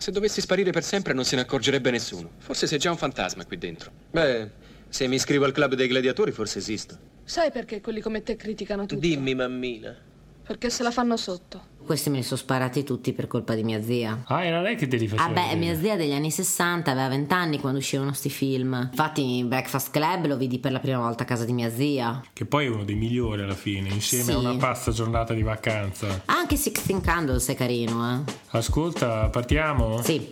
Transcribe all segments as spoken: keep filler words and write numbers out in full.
Se dovessi sparire per sempre non se ne accorgerebbe nessuno. Forse sei già un fantasma qui dentro. Beh, se mi iscrivo al club dei gladiatori forse esisto. Sai perché quelli come te criticano tutto? Dimmi, mammina. Perché se la fanno sotto. Questi me li sono sparati tutti per colpa di mia zia. Ah, era lei che te li faceva? Ah beh, vedere. mia zia degli anni sessanta aveva venti anni quando uscivano sti film. Infatti Breakfast Club lo vidi per la prima volta a casa di mia zia. Che poi è uno dei migliori alla fine, insieme Sì. a Una pazza giornata di vacanza. Anche Sixteen Candles è carino, eh. Ascolta, partiamo? Sì.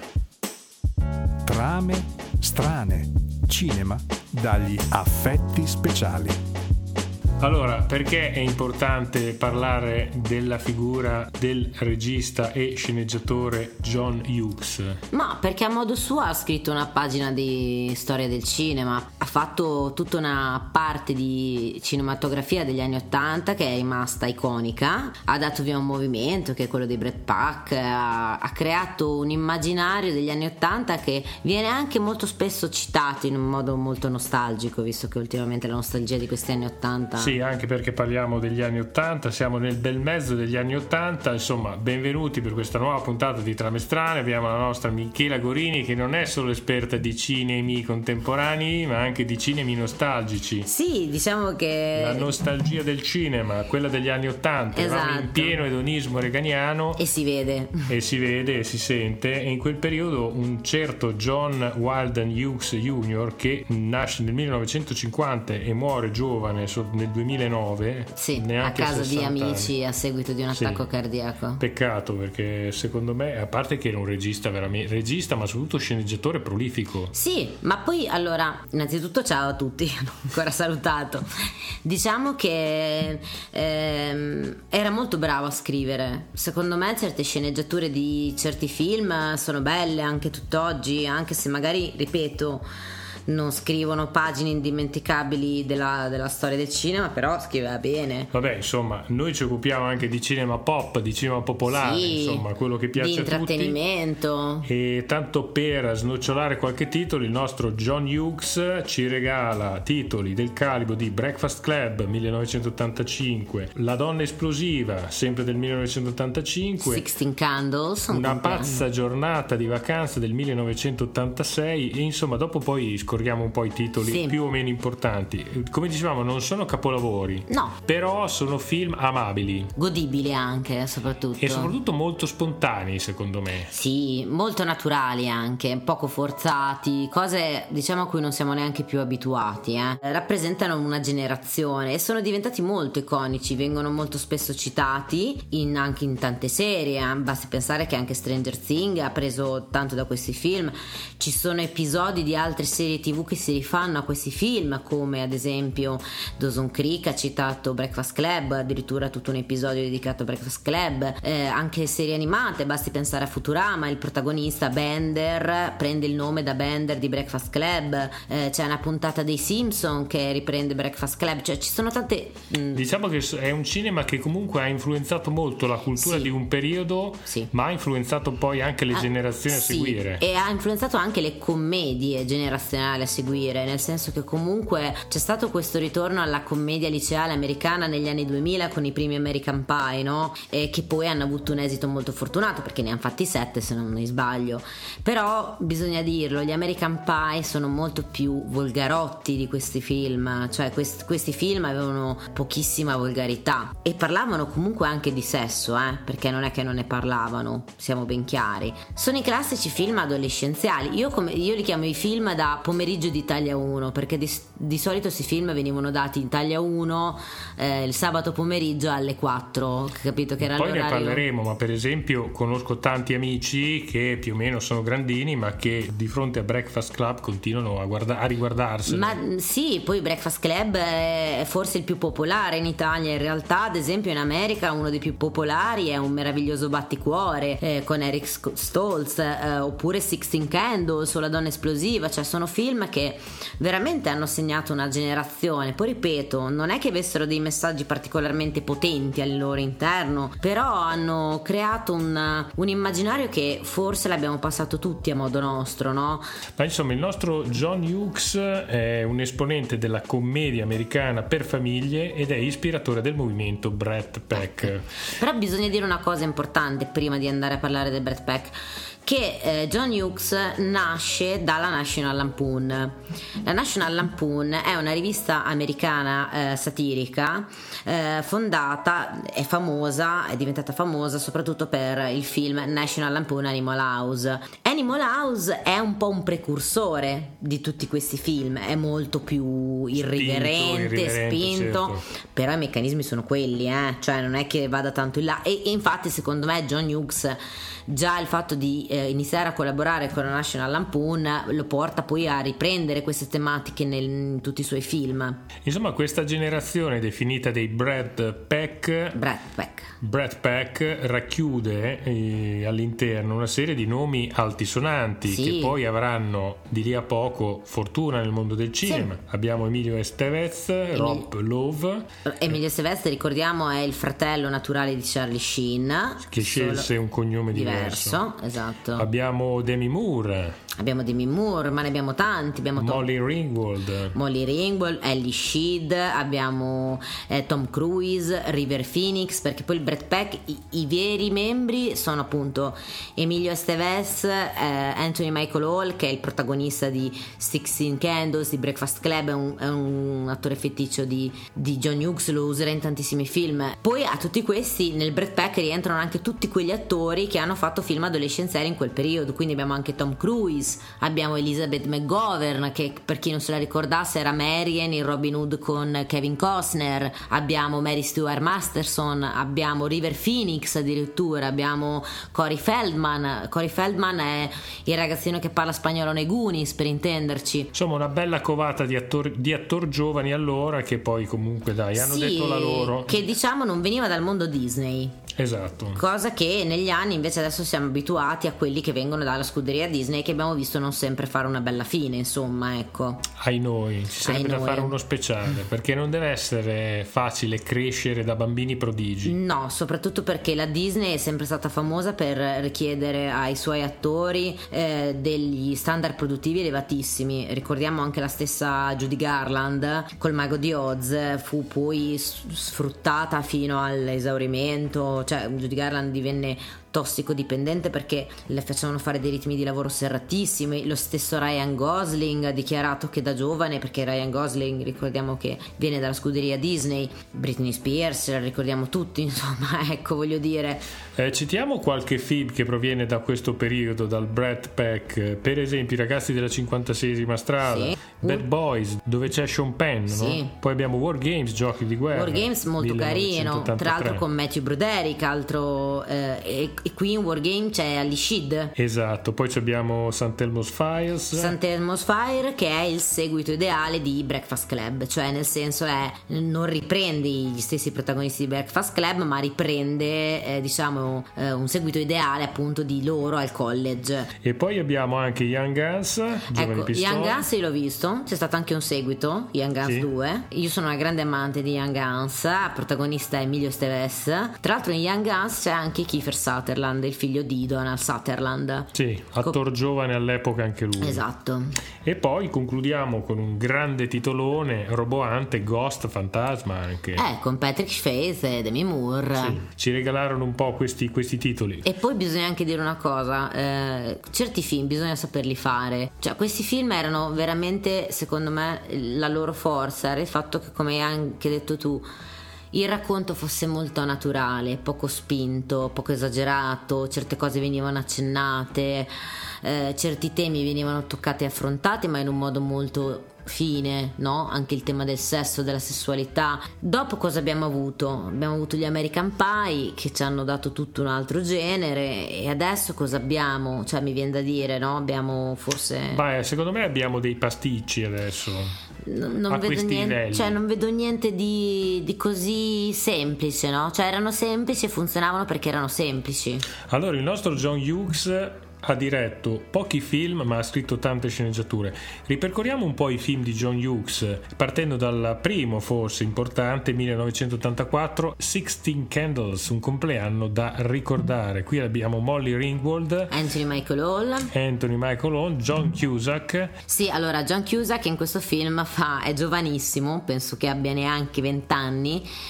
Eh. Trame strane. Cinema dagli affetti speciali. Allora, perché è importante parlare della figura del regista e sceneggiatore John Hughes? Ma perché a modo suo ha scritto una pagina di storia del cinema. Ha fatto tutta una parte di cinematografia degli anni Ottanta che è rimasta iconica. Ha dato via un movimento che è quello di Brat Pack. Ha, ha creato un immaginario degli anni Ottanta che viene anche molto spesso citato in un modo molto nostalgico, visto che ultimamente la nostalgia di questi anni Ottanta. Sì, anche perché parliamo degli anni Ottanta, siamo nel bel mezzo degli anni Ottanta. Insomma, benvenuti per questa nuova puntata di Trame Strane. Abbiamo la nostra Michela Gorini, che non è solo esperta di cinemi contemporanei ma anche di cinemi nostalgici. Sì, diciamo che La nostalgia del cinema, quella degli anni Ottanta. Eravamo Esatto. in pieno edonismo reganiano e si vede. e si vede e si sente. E in quel periodo un certo John Walden Hughes junior, che nasce nel millenovecentocinquanta e muore giovane so- nel duemilanove, Sì, a neanche casa di sessanta amici anni. a seguito di un Sì. attacco cardiaco. Peccato, perché secondo me, a parte che era un regista veramente regista, ma soprattutto sceneggiatore prolifico. Sì, ma poi allora, innanzitutto ciao a tutti, non ho ancora salutato. Diciamo che ehm, era molto bravo a scrivere. Secondo me certe sceneggiature di certi film sono belle anche tutt'oggi, anche se magari, ripeto, non scrivono pagine indimenticabili della, della storia del cinema, però scriveva bene. Vabbè, insomma, noi ci occupiamo anche di cinema pop, di cinema popolare, Sì, insomma, quello che piace di a tutti. intrattenimento. E tanto per snocciolare qualche titolo, il nostro John Hughes ci regala titoli del calibro di Breakfast Club millenovecentottantacinque, La donna esplosiva sempre del millenovecentottantacinque, Sixteen Candles, un Una compleanno. pazza giornata di vacanza del millenovecentottantasei. E insomma, dopo poi scorriamo un po' i titoli Sì. più o meno importanti. Come dicevamo, non sono capolavori, No, però sono film amabili godibili anche, soprattutto. e soprattutto molto spontanei, secondo me. Sì, molto naturali anche, poco forzati, cose diciamo a cui non siamo neanche più abituati, eh. Rappresentano una generazione e sono diventati molto iconici, vengono molto spesso citati in, anche in tante serie, eh. Basti pensare che anche Stranger Things ha preso tanto da questi film. Ci sono episodi di altre serie tv che si rifanno a questi film, come ad esempio Dawson's Creek ha citato Breakfast Club, addirittura tutto un episodio dedicato a Breakfast Club. Eh, anche serie animate, basti pensare a Futurama, il protagonista Bender prende il nome da Bender di Breakfast Club. Eh, c'è una puntata dei Simpson che riprende Breakfast Club, cioè ci sono tante mh, Diciamo che è un cinema che comunque ha influenzato molto la cultura Sì. di un periodo, Sì. ma ha influenzato poi anche le Ah, generazioni a sì, seguire. e ha influenzato anche le commedie generazionali a seguire, nel senso che comunque c'è stato questo ritorno alla commedia liceale americana negli anni duemila con i primi American Pie, no? E che poi hanno avuto un esito molto fortunato, perché ne hanno fatti sette se non mi sbaglio. Però bisogna dirlo, gli American Pie sono molto più volgarotti di questi film, cioè quest- questi film avevano pochissima volgarità e parlavano comunque anche di sesso, eh? Perché non è che non ne parlavano, siamo ben chiari. Sono i classici film adolescenziali. Io, come, io li chiamo i film da pomeriggio di Italia uno, perché di, di solito questi film venivano dati in Italia uno eh, il sabato pomeriggio alle quattro, capito che era Poi ne l'orario. parleremo, ma per esempio conosco tanti amici che più o meno sono grandini, ma che di fronte a Breakfast Club continuano a, guarda- a riguardarselo. Ma sì, poi Breakfast Club è forse il più popolare in Italia. In realtà, ad esempio, in America uno dei più popolari è Un meraviglioso batticuore eh, con Eric Stoltz, eh, oppure Sixteen Candles o La donna esplosiva. Cioè sono film che veramente hanno segnato una generazione. Poi ripeto, non è che avessero dei messaggi particolarmente potenti al loro interno, però hanno creato un, un immaginario che forse l'abbiamo passato tutti a modo nostro, no? Ma insomma, il nostro John Hughes è un esponente della commedia americana per famiglie ed è ispiratore del movimento Brat Pack. Però bisogna dire una cosa importante prima di andare a parlare del Brat Pack, che eh, John Hughes nasce dalla National Lampoon. La National Lampoon è una rivista americana eh, satirica eh, fondata, è famosa, è diventata famosa soprattutto per il film National Lampoon Animal House. Animal House è un po' un precursore di tutti questi film, è molto più irriverente, spinto, irriverente, spinto, certo. Però i meccanismi sono quelli, eh? Cioè non è che vada tanto in là, e, e infatti secondo me John Hughes, già il fatto di eh, iniziare a collaborare con la National Lampoon lo porta poi a riprendere queste tematiche nel, in tutti i suoi film. Insomma, questa generazione definita dei Brad Pack Brad Pack Brad Pack racchiude eh, all'interno una serie di nomi altisonanti, sì. che poi avranno di lì a poco fortuna nel mondo del cinema. Sì. Abbiamo Emilio Estevez, Emil... Rob Lowe. Emilio Estevez, ricordiamo, è il fratello naturale di Charlie Sheen, che scelse un cognome diverso. diverso. Esatto. Abbiamo Demi Moore. Abbiamo Demi Moore, ma ne abbiamo tanti. Abbiamo Molly Tom... Ringwald. Molly Ringwald, Ellie Sheed, abbiamo eh, Tom Cruise, River Phoenix, perché poi il Brad Pack, i, i veri membri sono appunto Emilio Estevez, eh, Anthony Michael Hall, che è il protagonista di sixteen Candles, di Breakfast Club, è un, è un attore feticcio di, di John Hughes, lo userà in tantissimi film. Poi a tutti questi nel Brad Pack rientrano anche tutti quegli attori che hanno fatto film adolescenziali in quel periodo, quindi abbiamo anche Tom Cruise, abbiamo Elizabeth McGovern, che per chi non se la ricordasse era Marian in Robin Hood con Kevin Costner, abbiamo Mary Stuart Masterson, abbiamo River Phoenix addirittura, abbiamo Corey Feldman. Corey Feldman è il ragazzino che parla spagnolo nei Goonies, per intenderci. Insomma, una bella covata di attori, di attor giovani allora, che poi comunque dai hanno sì, detto la loro, che diciamo non veniva dal mondo Disney. Esatto. Cosa che negli anni invece adesso siamo abituati a quelli che vengono dalla scuderia Disney, che abbiamo visto non sempre fare una bella fine, insomma, ecco. Ai noi, ci sarebbe Ai da noi. fare uno speciale, perché non deve essere facile crescere da bambini prodigi. No, soprattutto perché la Disney è sempre stata famosa per richiedere ai suoi attori eh, degli standard produttivi elevatissimi. Ricordiamo anche la stessa Judy Garland col Mago di Oz, fu poi sfruttata fino all'esaurimento. Cioè Judy Garland divenne tossicodipendente perché le facevano fare dei ritmi di lavoro serratissimi. Lo stesso Ryan Gosling ha dichiarato che da giovane, perché Ryan Gosling ricordiamo che viene dalla scuderia Disney, Britney Spears la ricordiamo tutti, insomma, ecco, voglio dire. Eh, citiamo qualche film che proviene da questo periodo, dal Brad Pack, per esempio I ragazzi della cinquantaseiesima strada, sì. Bad Boys, dove c'è Sean Penn, sì. no? Poi abbiamo War Games, giochi di guerra, War Games molto carino, tra l'altro con Matthew Broderick, altro eh, e, e qui in War Game c'è Ali Sheed. Esatto, poi abbiamo Saint Elmo's Files. Saint Elmo's Fire, che è il seguito ideale di Breakfast Club, cioè nel senso è non riprende gli stessi protagonisti di Breakfast Club, ma riprende eh, diciamo eh, un seguito ideale appunto di loro al college. E poi abbiamo anche Young Guns, Giovani ecco, Pistoli. Young Guns io l'ho visto, c'è stato anche un seguito, Young Guns sì. due. Io sono una grande amante di Young Guns, protagonista Emilio Estevez. Tra l'altro in Young Guns c'è anche Kiefer Sutherland, il figlio di Donald Sutherland. Sì, attor giovane all'epoca anche lui. Esatto. E poi concludiamo con un grande titolone roboante, Ghost, Fantasma anche. Eh, con Patrick Swayze e Demi Moore. Sì, ci regalarono un po' questi, questi titoli. E poi bisogna anche dire una cosa, eh, certi film bisogna saperli fare. Cioè questi film erano veramente, secondo me, la loro forza era il fatto che, come hai anche detto tu, il racconto fosse molto naturale, poco spinto, poco esagerato, certe cose venivano accennate, eh, certi temi venivano toccati e affrontati, ma in un modo molto fine, no? Anche il tema del sesso, della sessualità. Dopo cosa abbiamo avuto? Abbiamo avuto gli American Pie, che ci hanno dato tutto un altro genere, e adesso cosa abbiamo? Cioè mi viene da dire, no? Abbiamo forse... Beh, secondo me abbiamo dei pasticci adesso. Non, non a vedo questi niente, livelli. cioè non vedo niente di, di così semplice, no? Cioè erano semplici e funzionavano perché erano semplici. Allora il nostro John Hughes ha diretto pochi film ma ha scritto tante sceneggiature. Ripercorriamo un po' i film di John Hughes, partendo dal primo forse importante, millenovecentottantaquattro, sixteen Candles, un compleanno da ricordare. Qui abbiamo Molly Ringwald, Anthony Michael Hall Anthony Michael Hall, John Cusack. Sì, allora John Cusack in questo film fa, è giovanissimo, penso che abbia neanche vent'anni,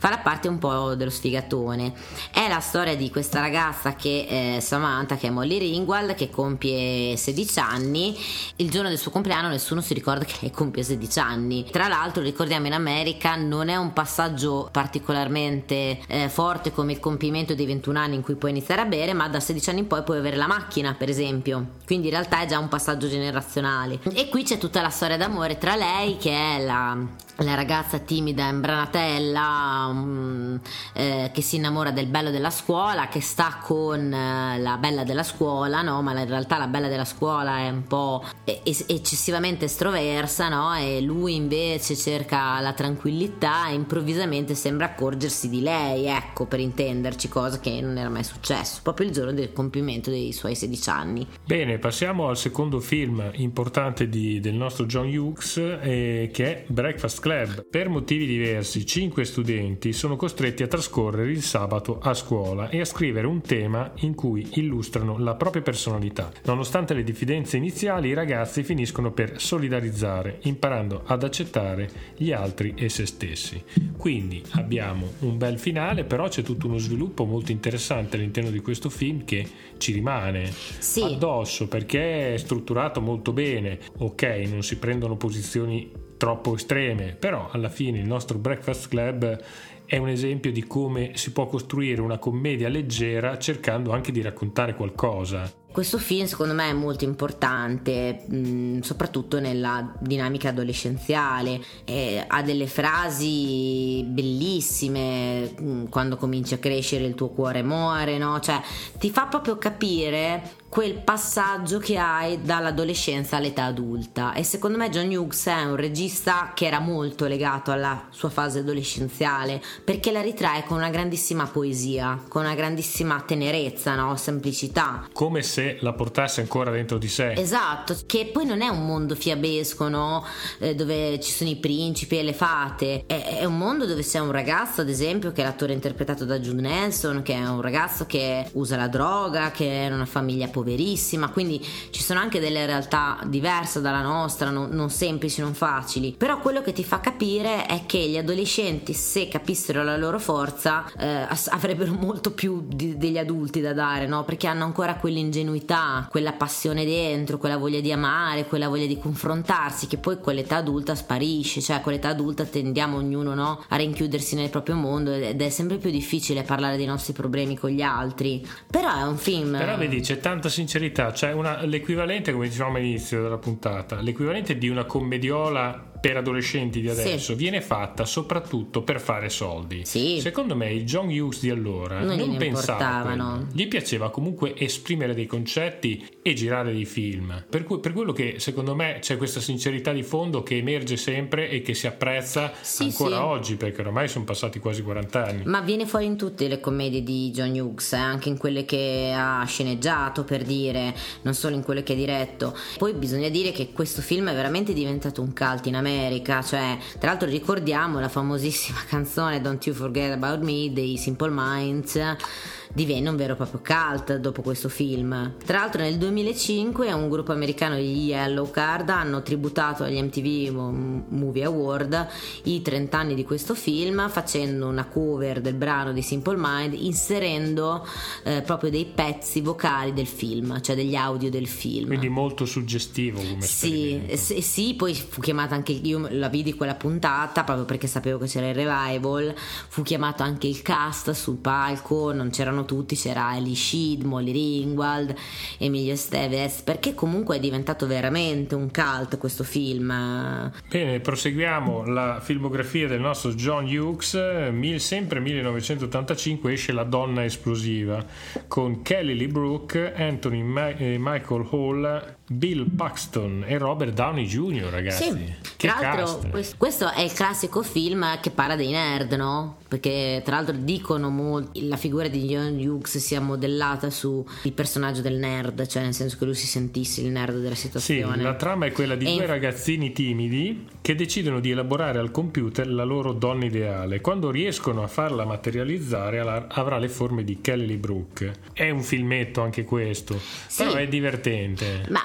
fa la parte un po' dello sfigatone. È la storia di questa ragazza che è Samantha, che è Molly Ringwald, che compie sedici anni. Il giorno del suo compleanno nessuno si ricorda che lei compie sedici anni. Tra l'altro, ricordiamo, in America non è un passaggio particolarmente eh, forte come il compimento dei ventuno anni in cui puoi iniziare a bere, ma da sedici anni in poi puoi avere la macchina, per esempio, quindi in realtà è già un passaggio generazionale. E qui c'è tutta la storia d'amore tra lei, che è la, la ragazza timida e imbranatella um, eh, che si innamora del bello della scuola, che sta con eh, la bella della scuola, no? Ma in realtà la bella della scuola è un po' es- eccessivamente estroversa, no? E lui invece cerca la tranquillità e improvvisamente sembra accorgersi di lei, ecco, per intenderci, cosa che non era mai successo, proprio il giorno del compimento dei suoi sedici anni. Bene, passiamo al secondo film importante di, del nostro John Hughes, eh, che è Breakfast Club. Per motivi diversi, cinque studenti sono costretti a trascorrere il sabato a scuola e a scrivere un tema in cui illustrano la propria personalità. Nonostante le diffidenze iniziali, i ragazzi finiscono per solidarizzare, imparando ad accettare gli altri e se stessi. Quindi abbiamo un bel finale, però c'è tutto uno sviluppo molto interessante all'interno di questo film che ci rimane sì. addosso, perché è strutturato molto bene. Ok, non si prendono posizioni troppo estreme, però alla fine il nostro Breakfast Club è un esempio di come si può costruire una commedia leggera cercando anche di raccontare qualcosa. Questo film secondo me è molto importante, mh, soprattutto nella dinamica adolescenziale. Eh, ha delle frasi bellissime, mh, quando cominci a crescere il tuo cuore muore, no? Cioè ti fa proprio capire quel passaggio che hai dall'adolescenza all'età adulta, e secondo me John Hughes è un regista che era molto legato alla sua fase adolescenziale, perché la ritrae con una grandissima poesia, con una grandissima tenerezza, no? Semplicità, come se la portasse ancora dentro di sé. Esatto, che poi non è un mondo fiabesco, no? Eh, dove ci sono i principi e le fate, è, è un mondo dove c'è un ragazzo, ad esempio, che è l'attore interpretato da Jude Nelson, che è un ragazzo che usa la droga, che è in una famiglia poverissima, quindi ci sono anche delle realtà diverse dalla nostra, non, non semplici, non facili. Però quello che ti fa capire è che gli adolescenti, se capissero la loro forza, eh, avrebbero molto più di, degli adulti da dare, no? Perché hanno ancora quell'ingenuità, quella passione dentro, quella voglia di amare, quella voglia di confrontarsi, che poi con l'età adulta sparisce. Cioè con l'età adulta tendiamo ognuno, no, a rinchiudersi nel proprio mondo, ed è sempre più difficile parlare dei nostri problemi con gli altri. Però è un film, però vedi, c'è tanta sincerità, c'è una, l'equivalente, come dicevamo all'inizio della puntata, l'equivalente di una commediola per adolescenti di adesso, sì, viene fatta soprattutto per fare soldi. Sì. Secondo me il John Hughes di allora non, non pensava a quello. Gli piaceva comunque esprimere dei concetti e girare dei film, per, cui, per quello che secondo me c'è questa sincerità di fondo che emerge sempre e che si apprezza, sì, ancora, sì, oggi, perché ormai sono passati quasi quaranta anni. Ma viene fuori in tutte le commedie di John Hughes, eh? Anche in quelle che ha sceneggiato, per dire, non solo in quelle che ha diretto. Poi bisogna dire che questo film è veramente diventato un cult in America. Cioè, tra l'altro ricordiamo la famosissima canzone Don't You Forget About Me dei Simple Minds, divenne un vero e proprio cult dopo questo film. Tra l'altro nel duemilacinque un gruppo americano, gli Yellow Card, hanno tributato agli M T V Movie Award i trenta anni di questo film, facendo una cover del brano di Simple Mind, inserendo eh, proprio dei pezzi vocali del film, cioè degli audio del film. Quindi molto suggestivo come sì, sì, sì, poi fu chiamata anche, io la vidi quella puntata proprio perché sapevo che c'era il revival, fu chiamato anche il cast sul palco, non c'erano tutti, c'era Elie Sheed, Molly Ringwald, Emilio Estevez, perché comunque è diventato veramente un cult questo film. Bene, proseguiamo la filmografia del nostro John Hughes. Mil, sempre millenovecentottantacinque esce La donna esplosiva con Kelly Lee Brook, Anthony Ma- eh, Michael Hall, Bill Paxton e Robert Downey junior, ragazzi. Sì. Che tra l'altro cast. Questo è il classico film che parla dei nerd, no? Perché tra l'altro dicono molto la figura di John Hughes sia modellata su il personaggio del nerd, cioè nel senso che lui si sentisse il nerd della situazione. Sì, la trama è quella di e due inf- ragazzini timidi che decidono di elaborare al computer la loro donna ideale. Quando riescono a farla materializzare avrà le forme di Kelly Lee Brook. È un filmetto anche questo, sì, però è divertente. Ma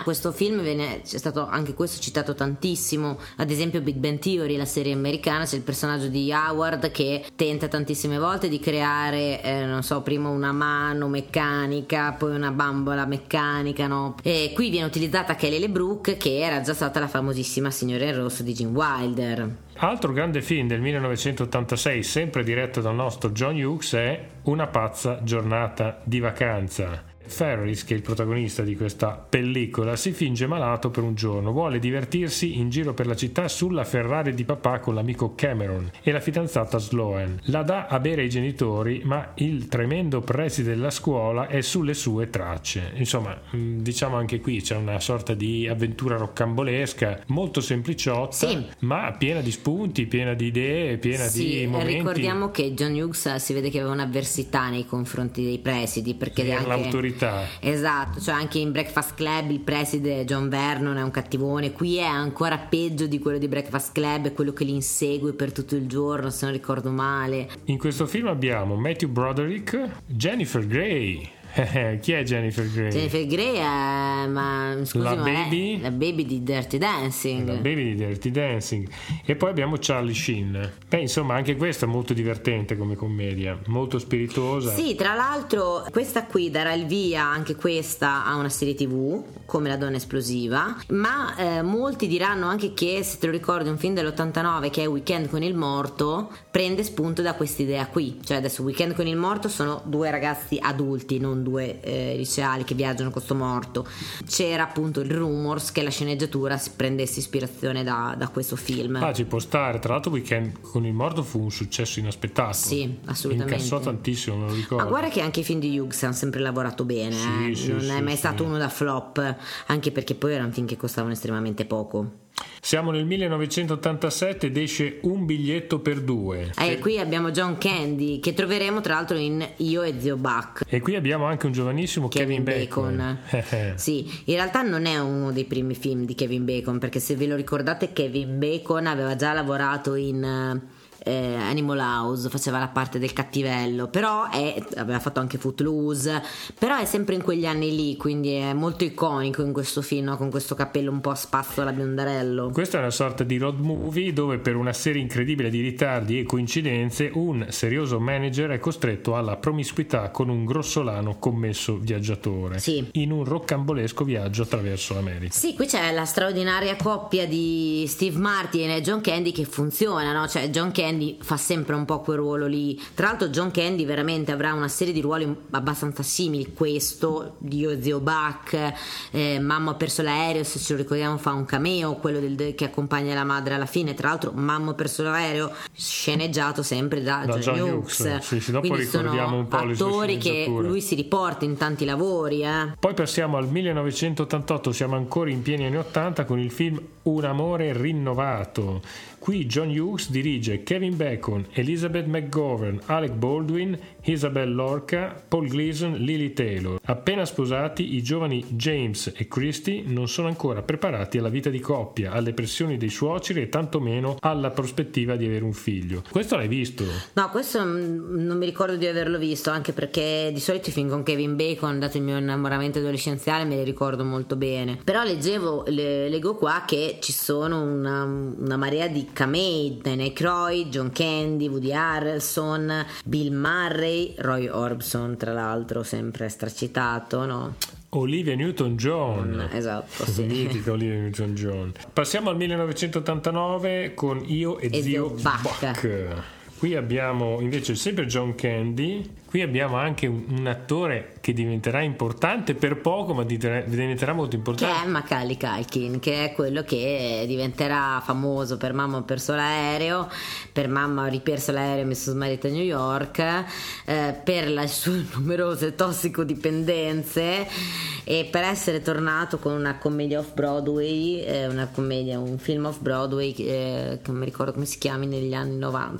questo film viene, c'è stato anche questo citato tantissimo, ad esempio Big Bang Theory, la serie americana, c'è il personaggio di Howard che tenta tantissime volte di creare eh, non so, prima una mano meccanica, poi una bambola meccanica, no? E qui viene utilizzata Kelly LeBrook, che era già stata la famosissima Signora in Rosso di Gene Wilder. Altro grande film del millenovecentottantasei, sempre diretto dal nostro John Hughes, è Una pazza giornata di vacanza. Ferris, che è il protagonista di questa pellicola, si finge malato per un giorno, vuole divertirsi in giro per la città sulla Ferrari di papà con l'amico Cameron e la fidanzata Sloan. La dà a bere ai genitori, ma il tremendo preside della scuola è sulle sue tracce. Insomma, diciamo anche qui c'è una sorta di avventura roccambolesca, molto sempliciotta, sì, ma piena di spunti, piena di idee, piena sì, di momenti. Ricordiamo che John Hughes si vede che aveva un'avversità nei confronti dei presidi, perché per anche l'autorità. Esatto, cioè anche in Breakfast Club il preside John Vernon è un cattivone, qui è ancora peggio di quello di Breakfast Club, è quello che li insegue per tutto il giorno, se non ricordo male. In questo film abbiamo Matthew Broderick, Jennifer Grey. Chi è Jennifer Grey? Jennifer Grey è, ma scusi, la ma baby, è la baby di Dirty Dancing. La baby di Dirty Dancing. E poi abbiamo Charlie Sheen. Beh, insomma, anche questa è molto divertente come commedia, molto spiritosa. Sì, tra l'altro questa qui darà il via, anche questa, a una serie tv come La donna esplosiva, ma eh, molti diranno anche che, se te lo ricordi, un film dell'ottantanove che è Weekend con il morto prende spunto da quest'idea qui. Cioè adesso Weekend con il morto sono due ragazzi adulti, non due eh, liceali che viaggiano con questo morto. C'era appunto il rumors che la sceneggiatura si prendesse ispirazione da, da questo film. Ah, ci può stare. Tra l'altro Weekend con il morto fu un successo inaspettato. Sì, assolutamente. Incassò tantissimo, me lo ricordo. Ma guarda che anche i film di Hughes hanno sempre lavorato bene, sì, eh. sì, non sì, è mai sì. stato uno da flop, anche perché poi erano film che costavano estremamente poco. Siamo nel millenovecentottantasette ed esce Un biglietto per due. E eh, qui abbiamo John Candy, che troveremo tra l'altro in Io e Zio Buck. E qui abbiamo anche un giovanissimo Kevin, Kevin Bacon. Bacon. Sì, in realtà non è uno dei primi film di Kevin Bacon, perché se ve lo ricordate Kevin Bacon aveva già lavorato in Eh, Animal House, faceva la parte del cattivello, però è, aveva fatto anche Footloose, però è sempre in quegli anni lì, quindi è molto iconico in questo film, no? Con questo cappello un po' a spasso alla biondarello. Questa è una sorta di road movie dove, per una serie incredibile di ritardi e coincidenze, un serioso manager è costretto alla promiscuità con un grossolano commesso viaggiatore, sì, in un roccambolesco viaggio attraverso l'America. Sì, qui c'è la straordinaria coppia di Steve Martin e John Candy che funziona, no? Cioè John Candy fa sempre un po' quel ruolo lì. Tra l'altro John Candy veramente avrà una serie di ruoli abbastanza simili, questo di Io e Zio Buck, eh, Mamma ha perso l'aereo, se ce lo ricordiamo fa un cameo, quello del, che accompagna la madre alla fine. Tra l'altro Mamma ha perso l'aereo sceneggiato sempre da, da John, John Hughes, Hughes. Sì, sì, dopo quindi ricordiamo sono un po' le sue attori che lui si riporta in tanti lavori, eh. Poi passiamo al millenovecentottantotto, siamo ancora in pieni anni ottanta con il film Un amore rinnovato. Qui John Hughes dirige Kevin Bacon, Elizabeth McGovern, Alec Baldwin, Isabel Lorca, Paul Gleason, Lily Taylor. Appena sposati, i giovani James e Christy non sono ancora preparati alla vita di coppia, alle pressioni dei suoceri e tantomeno alla prospettiva di avere un figlio. Questo l'hai visto? No, questo non mi ricordo di averlo visto, anche perché di solito i film con Kevin Bacon, dato il mio innamoramento adolescenziale, me li ricordo molto bene. Però leggevo, le, leggo qua che ci sono una, una marea di camei: Dan Aykroyd, John Candy, Woody Harrelson, Bill Murray, Roy Orbison, tra l'altro sempre stracitato, no? Olivia Newton-John. Mm, esatto, sì. Mitica Olivia Newton-John. Passiamo al millenovecentottantanove con Io e, e Zio Buck. Buck. Qui abbiamo invece sempre John Candy. Qui abbiamo anche un, un attore che diventerà importante per poco, ma diventerà molto importante, che è Macaulay Culkin, che è quello che diventerà famoso per Mamma ho perso l'aereo, per Mamma ho riperso l'aereo e mi sono smarrita a New York, eh, per le sue numerose tossicodipendenze e per essere tornato con una commedia off Broadway, eh, una commedia, un film off Broadway eh, che non mi ricordo come si chiami, negli anni novanta mi sembra.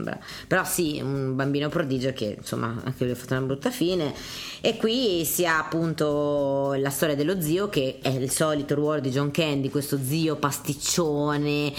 sembra. Però sì, un bambino prodigio che insomma anche lui ha fatto una brutta fine. E qui si ha appunto la storia dello zio, che è il solito ruolo di John Candy, questo zio pasticcione,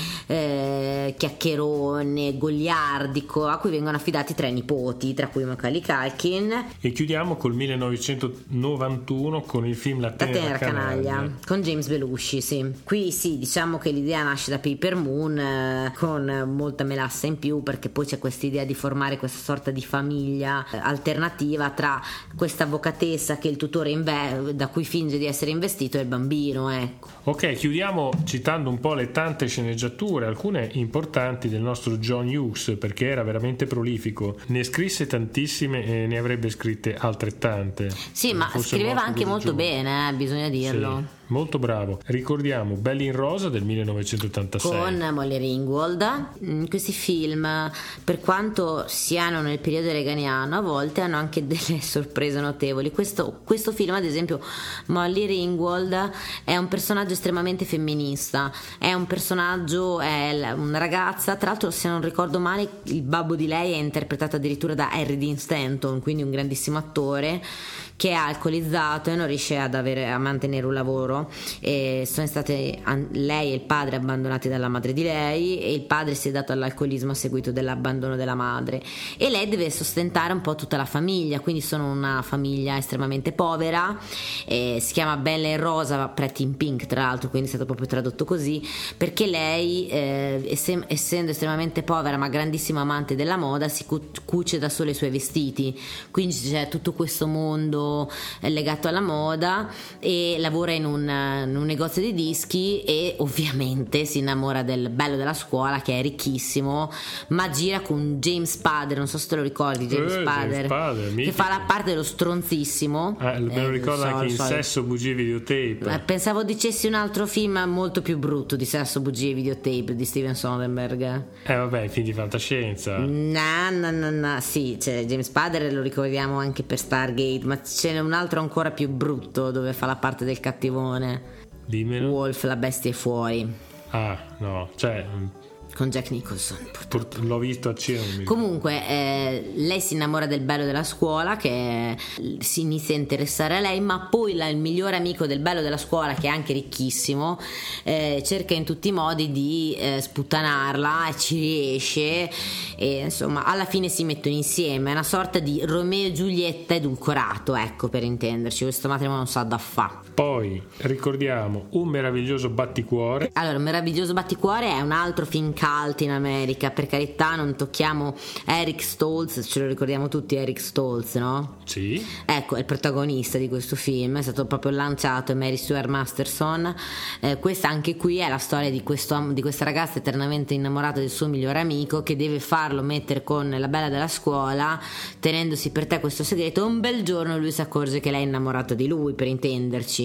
eh, chiacchierone, goliardico, a cui vengono affidati tre nipoti, tra cui Macaulay Culkin. E chiudiamo col millenovecentonovantuno con il film La tenera, La tenera canaglia. canaglia con James Belushi, sì. Qui sì, diciamo che l'idea nasce da Paper Moon, eh, con molta melassa in più, perché poi c'è questa idea di formare questa sorta di famiglia eh, alternativa tra questa avvocatessa che il tutore inve- da cui finge di essere investito e il bambino, ecco. Ok, chiudiamo citando un po' le tante sceneggiature, alcune importanti, del nostro John Hughes, perché era veramente prolifico, ne scrisse tantissime e ne avrebbe scritte altrettante. Sì, ma scriveva anche molto bene, eh, bisogna dirlo. Sì. Molto bravo. Ricordiamo Belli in rosa del millenovecentottantasei con Molly Ringwald. In questi film, per quanto siano nel periodo reganiano, a volte hanno anche delle sorprese notevoli. Questo, questo film, ad esempio, Molly Ringwald è un personaggio estremamente femminista, è un personaggio, è una ragazza, tra l'altro se non ricordo male il babbo di lei è interpretato addirittura da Harry Dean Stanton, quindi un grandissimo attore, che è alcolizzato e non riesce ad avere, a mantenere un lavoro, e sono state lei e il padre abbandonati dalla madre di lei, e il padre si è dato all'alcolismo a seguito dell'abbandono della madre, e lei deve sostentare un po' tutta la famiglia, quindi sono una famiglia estremamente povera, e si chiama Bella in rosa, Pretty in pink tra l'altro, quindi è stato proprio tradotto così, perché lei eh, ess- essendo estremamente povera ma grandissima amante della moda, si cu- cuce da sola i suoi vestiti, quindi c'è tutto questo mondo legato alla moda, e lavora in un, in un negozio di dischi, e ovviamente si innamora del bello della scuola che è ricchissimo, ma gira con James Spader, non so se te lo ricordi, James eh, Spader, James Spader che fa la parte dello stronzissimo. Ah, me lo eh, ricordo so, anche in so. Sesso, bugie, videotape. Eh, pensavo dicessi un altro film molto più brutto di Sesso, bugie e videotape di Steven Soderbergh. Eh vabbè, film di fantascienza. No, no, no, no, sì, cioè, James Spader lo ricordiamo anche per Stargate, ma ce n'è un altro ancora più brutto dove fa la parte del cattivone. Dimmelo. Wolf, la bestia è fuori. Ah, no, cioè con Jack Nicholson. Pur- l'ho visto a cinema. Comunque eh, lei si innamora del bello della scuola, che si inizia a interessare a lei, ma poi la, il migliore amico del bello della scuola, che è anche ricchissimo, eh, cerca in tutti i modi di eh, sputtanarla, e ci riesce, e insomma alla fine si mettono insieme. È una sorta di Romeo e Giulietta edulcorato, ecco, per intenderci. Questo matrimonio non sa da fa. Poi ricordiamo Un meraviglioso batticuore. Allora, Un meraviglioso batticuore è un altro film cult in America, per carità, non tocchiamo Eric Stoltz, ce lo ricordiamo tutti Eric Stoltz, no? Sì. Ecco, è il protagonista di questo film, è stato proprio lanciato, è Mary Stuart Masterson. Eh, questa anche qui è la storia di, questo, di questa ragazza eternamente innamorata del suo migliore amico, che deve farlo mettere con la bella della scuola, tenendosi per te questo segreto. Un bel giorno lui si accorge che lei è innamorata di lui, per intenderci.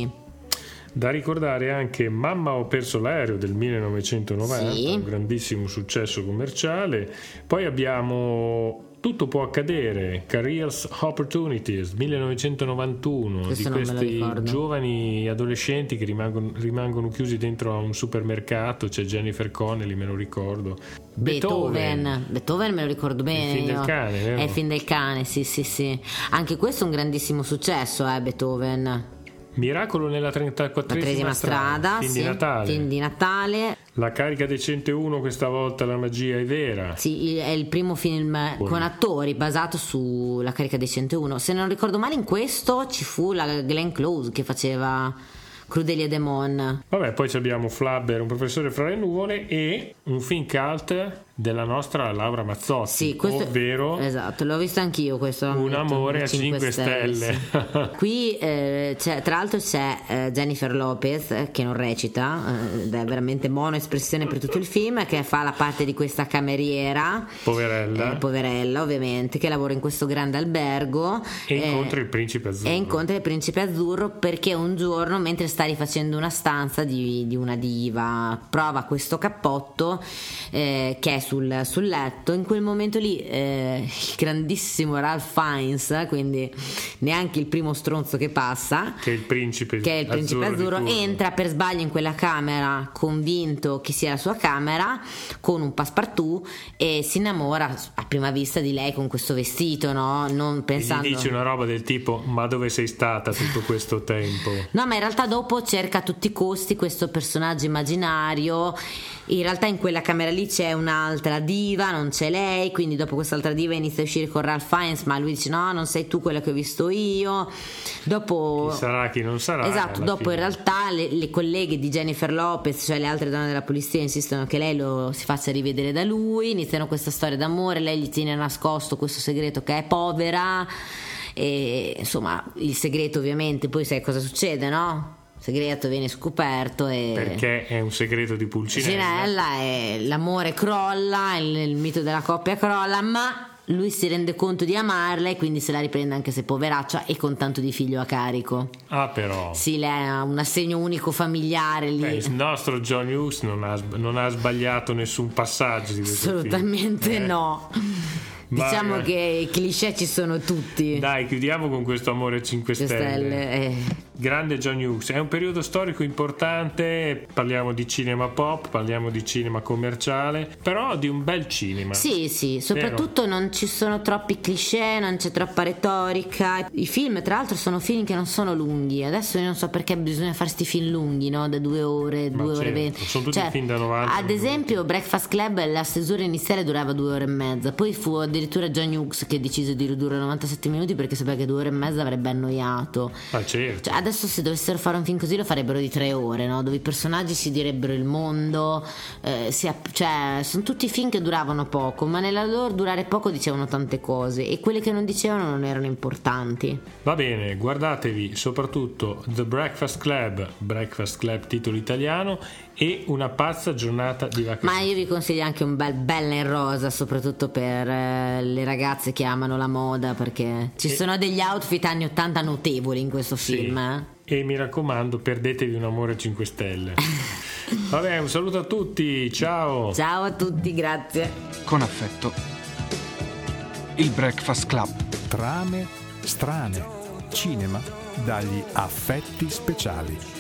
Da ricordare anche Mamma ho perso l'aereo del millenovecentonovanta, sì. Un grandissimo successo commerciale. Poi abbiamo Tutto può accadere, Careers Opportunities millenovecentonovantuno, questo di questi giovani adolescenti che rimangono, rimangono chiusi dentro a un supermercato. C'è Jennifer Connelly, me lo ricordo. Beethoven Beethoven, Beethoven me lo ricordo bene. Il film del cane, vero? È il film del cane, sì sì sì. Anche questo è un grandissimo successo, eh, Beethoven. Miracolo nella trentaquattresima strada, strada film sì, di Natale. Film di Natale. La carica dei centouno, questa volta la magia è vera. Sì, è il primo film Buon. con attori basato sulla carica dei centouno. Se non ricordo male, in questo ci fu la Glenn Close che faceva Crudelia de Mon. Vabbè, poi abbiamo Flubber, Un professore fra le nuvole, e un film cult della nostra Laura Mazzotti, sì, questo, ovvero esatto, l'ho visto anch'io questo, Un amore a cinque stelle, stelle. Sì. Qui eh, c'è, tra l'altro c'è eh, Jennifer Lopez, eh, che non recita, eh, ed è veramente mono espressione per tutto il film, che fa la parte di questa cameriera poverella, eh, poverella ovviamente, che lavora in questo grande albergo e eh, incontra il principe azzurro e incontra il principe azzurro perché un giorno, mentre sta rifacendo una stanza di, di una diva, prova questo cappotto eh, che è sul, sul letto. In quel momento lì eh, il grandissimo Ralph Fiennes, quindi neanche il primo stronzo che passa, che è il principe, che è il principe azzurro, azzurro entra per sbaglio in quella camera convinto che sia la sua camera con un passepartout e si innamora a prima vista di lei con questo vestito, no? Non pensando... E gli dice una roba del tipo: ma dove sei stata tutto questo tempo? No, ma in realtà dopo cerca a tutti i costi questo personaggio immaginario. In realtà in quella camera lì c'è un'altra diva, non c'è lei, quindi dopo quest'altra diva inizia a uscire con Ralph Fiennes, ma lui dice no, non sei tu quella che ho visto io. Dopo chi sarà, chi non sarà. Esatto, dopo fine. In realtà le, le colleghe di Jennifer Lopez, cioè le altre donne della polizia, insistono che lei lo si faccia rivedere da lui, iniziano questa storia d'amore, lei gli tiene nascosto questo segreto che è povera e insomma il segreto ovviamente poi sai cosa succede, no? Il segreto viene scoperto e... perché è un segreto di Pulcinella. Pulcinella e l'amore crolla, il, il mito della coppia crolla, ma lui si rende conto di amarla e quindi se la riprende anche se poveraccia e con tanto di figlio a carico. Ah, però sì, lei ha un assegno unico familiare lì. Beh, il nostro John Hughes non ha, non ha sbagliato nessun passaggio di questo assolutamente film. Eh. no. Diciamo Ma... che i cliché ci sono tutti. Dai, chiudiamo con questo amore cinque stelle, stelle eh. Grande John Hughes. È un periodo storico importante. Parliamo di cinema pop, parliamo di cinema commerciale, però di un bel cinema. Sì, sì, soprattutto vero? Non ci sono troppi cliché, non c'è troppa retorica. I film, tra l'altro, sono film che non sono lunghi. Adesso io non so perché bisogna fare sti film lunghi, no? Da due ore, Ma due certo, ore venti. Sono tutti cioè, film da novanta. Ad esempio, Breakfast Club, la stesura iniziale durava due ore e mezza. Poi fu addirittura John Hughes che decise di ridurre a novantasette minuti perché sapeva che due ore e mezza avrebbe annoiato. Ah, certo. Cioè, adesso se dovessero fare un film così lo farebbero di tre ore, no? Dove i personaggi si direbbero il mondo, eh, si app- cioè sono tutti film che duravano poco, ma nella loro durare poco dicevano tante cose e quelle che non dicevano non erano importanti. Va bene, guardatevi soprattutto The Breakfast Club, Breakfast Club titolo italiano, e Una pazza giornata di vacanza. Ma io vi consiglio anche un bel Bella in rosa, soprattutto per eh, le ragazze che amano la moda, perché ci e... sono degli outfit anni ottanta notevoli in questo sì. film. Eh? E mi raccomando, perdetevi un amore cinque stelle. Vabbè, un saluto a tutti, ciao. Ciao a tutti, grazie. Con affetto, il Breakfast Club. Trame strane, cinema dagli affetti speciali.